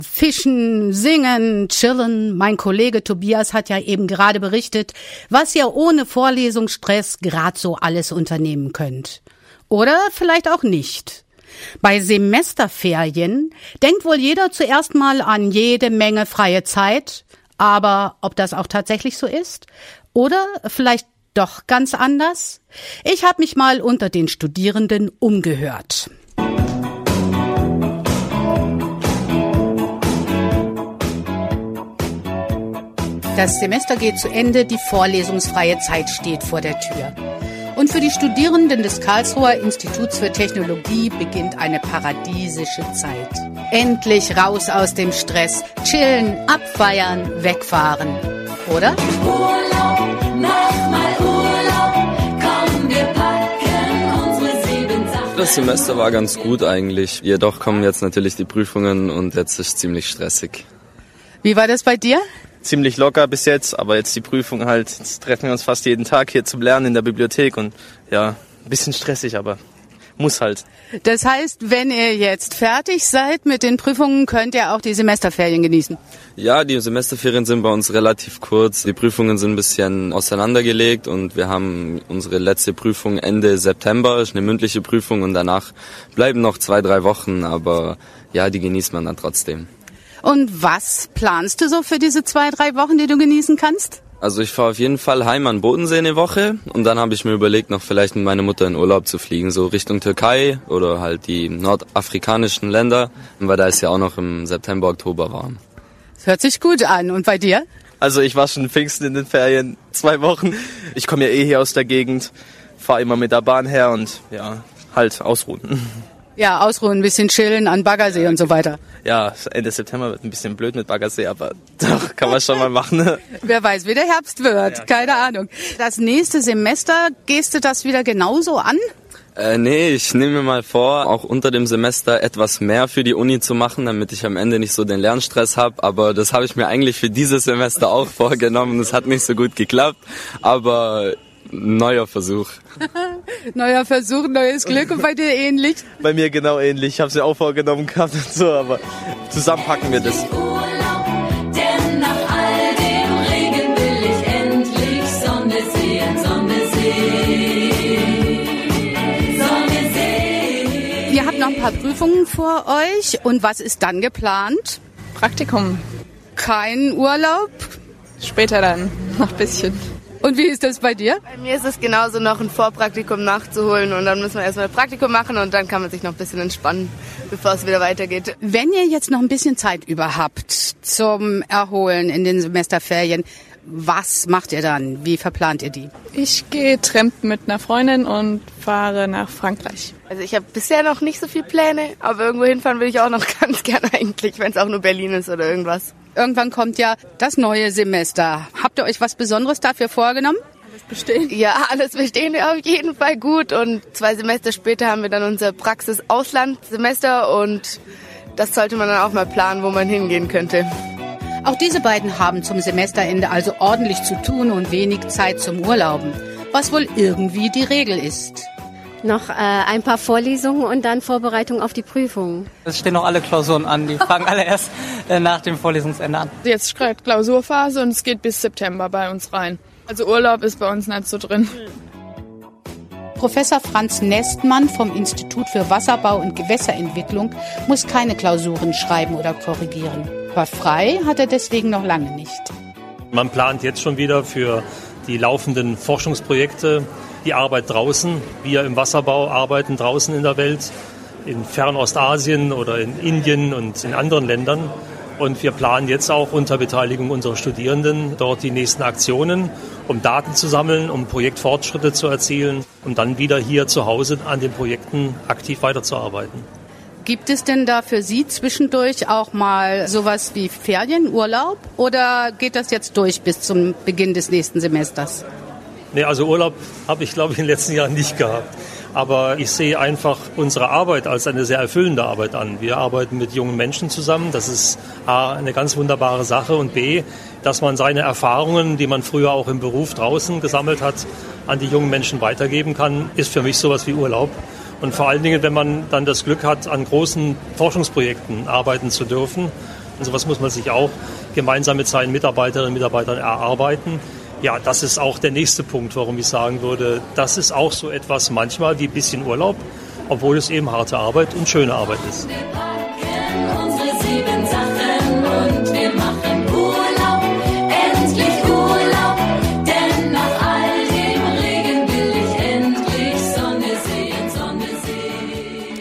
Fischen, singen, chillen. Mein Kollege Tobias hat ja eben gerade berichtet, was ihr ohne Vorlesungsstress gerade so alles unternehmen könnt. Oder vielleicht auch nicht. Bei Semesterferien denkt wohl jeder zuerst mal an jede Menge freie Zeit. Aber ob das auch tatsächlich so ist? Oder vielleicht doch ganz anders? Ich habe mich mal unter den Studierenden umgehört. Das Semester geht zu Ende, die vorlesungsfreie Zeit steht vor der Tür. Und für die Studierenden des Karlsruher Instituts für Technologie beginnt eine paradiesische Zeit. Endlich raus aus dem Stress, chillen, abfeiern, wegfahren. Oder? Urlaub, mach mal Urlaub, komm, wir packen unsere 7 Sachen. Das Semester war ganz gut eigentlich. Jedoch kommen jetzt natürlich die Prüfungen und jetzt ist es ziemlich stressig. Wie war das bei dir? Ziemlich locker bis jetzt, aber jetzt die Prüfung halt, jetzt treffen wir uns fast jeden Tag hier zum Lernen in der Bibliothek und ja, ein bisschen stressig, aber muss halt. Das heißt, wenn ihr jetzt fertig seid mit den Prüfungen, könnt ihr auch die Semesterferien genießen? Ja, die Semesterferien sind bei uns relativ kurz. Die Prüfungen sind ein bisschen auseinandergelegt und wir haben unsere letzte Prüfung Ende September, ist eine mündliche Prüfung und danach bleiben noch 2-3 Wochen, aber ja, die genießt man dann trotzdem. Und was planst du so für diese 2-3 Wochen, die du genießen kannst? Also ich fahre auf jeden Fall heim an Bodensee eine Woche und dann habe ich mir überlegt, noch vielleicht mit meiner Mutter in Urlaub zu fliegen, so Richtung Türkei oder halt die nordafrikanischen Länder, weil da ist ja auch noch im September, Oktober warm. Das hört sich gut an. Und bei dir? Also ich war schon Pfingsten in den Ferien, 2 Wochen. Ich komme ja hier aus der Gegend, fahre immer mit der Bahn her und ja, halt ausruhen. Ja, ausruhen, ein bisschen chillen an Baggersee und so weiter. Ja, Ende September wird ein bisschen blöd mit Baggersee, aber doch, kann man schon mal machen. Wer weiß, wie der Herbst wird, Ja. keine Ahnung. Das nächste Semester, gehst du das wieder genauso an? Nee, ich nehme mir mal vor, auch unter dem Semester etwas mehr für die Uni zu machen, damit ich am Ende nicht so den Lernstress habe. Aber das habe ich mir eigentlich für dieses Semester auch vorgenommen. Das hat nicht so gut geklappt, aber neuer Versuch. Neuer Versuch, neues Glück und bei dir ähnlich? Bei mir genau ähnlich. Ich habe es ja auch vorgenommen gehabt und so, aber zusammen packen wir das. Urlaub, denn nach all dem Regen will ich endlich Sonne sehen, Sonne sehen, Sonne sehen. Ihr habt noch ein paar Prüfungen vor euch und was ist dann geplant? Praktikum. Kein Urlaub? Später dann, noch ein bisschen. Und wie ist das bei dir? Bei mir ist es genauso, noch ein Vorpraktikum nachzuholen und dann müssen wir erstmal ein Praktikum machen und dann kann man sich noch ein bisschen entspannen, bevor es wieder weitergeht. Wenn ihr jetzt noch ein bisschen Zeit über habt zum Erholen in den Semesterferien, was macht ihr dann? Wie verplant ihr die? Ich gehe trampen mit einer Freundin und fahre nach Frankreich. Also ich habe bisher noch nicht so viele Pläne, aber irgendwo hinfahren will ich auch noch ganz gerne eigentlich, wenn es auch nur Berlin ist oder irgendwas. Irgendwann kommt ja das neue Semester. Habt ihr euch was Besonderes dafür vorgenommen? Alles bestehen. Ja, alles bestehen wir auf jeden Fall gut und 2 Semester später haben wir dann unser Praxis-Ausland-Semester und das sollte man dann auch mal planen, wo man hingehen könnte. Auch diese beiden haben zum Semesterende also ordentlich zu tun und wenig Zeit zum Urlauben, was wohl irgendwie die Regel ist. Noch ein paar Vorlesungen und dann Vorbereitung auf die Prüfungen. Es stehen noch alle Klausuren an, die fangen alle erst nach dem Vorlesungsende an. Jetzt ist gerade Klausurphase und es geht bis September bei uns rein. Also Urlaub ist bei uns nicht so drin. Professor Franz Nestmann vom Institut für Wasserbau und Gewässerentwicklung muss keine Klausuren schreiben oder korrigieren. Aber frei hat er deswegen noch lange nicht. Man plant jetzt schon wieder für die laufenden Forschungsprojekte die Arbeit draußen. Wir im Wasserbau arbeiten draußen in der Welt, in Fernostasien oder in Indien und in anderen Ländern. Und wir planen jetzt auch unter Beteiligung unserer Studierenden dort die nächsten Aktionen, um Daten zu sammeln, um Projektfortschritte zu erzielen und dann wieder hier zu Hause an den Projekten aktiv weiterzuarbeiten. Gibt es denn da für Sie zwischendurch auch mal sowas wie Ferienurlaub oder geht das jetzt durch bis zum Beginn des nächsten Semesters? Nee, also Urlaub habe ich, glaube ich, in den letzten Jahren nicht gehabt. Aber ich sehe einfach unsere Arbeit als eine sehr erfüllende Arbeit an. Wir arbeiten mit jungen Menschen zusammen. Das ist A, eine ganz wunderbare Sache und B, dass man seine Erfahrungen, die man früher auch im Beruf draußen gesammelt hat, an die jungen Menschen weitergeben kann, ist für mich sowas wie Urlaub. Und vor allen Dingen, wenn man dann das Glück hat, an großen Forschungsprojekten arbeiten zu dürfen, Sowas muss man sich auch gemeinsam mit seinen Mitarbeiterinnen und Mitarbeitern erarbeiten. Ja, das ist auch der nächste Punkt, warum ich sagen würde, das ist auch so etwas manchmal wie ein bisschen Urlaub, obwohl es eben harte Arbeit und schöne Arbeit ist.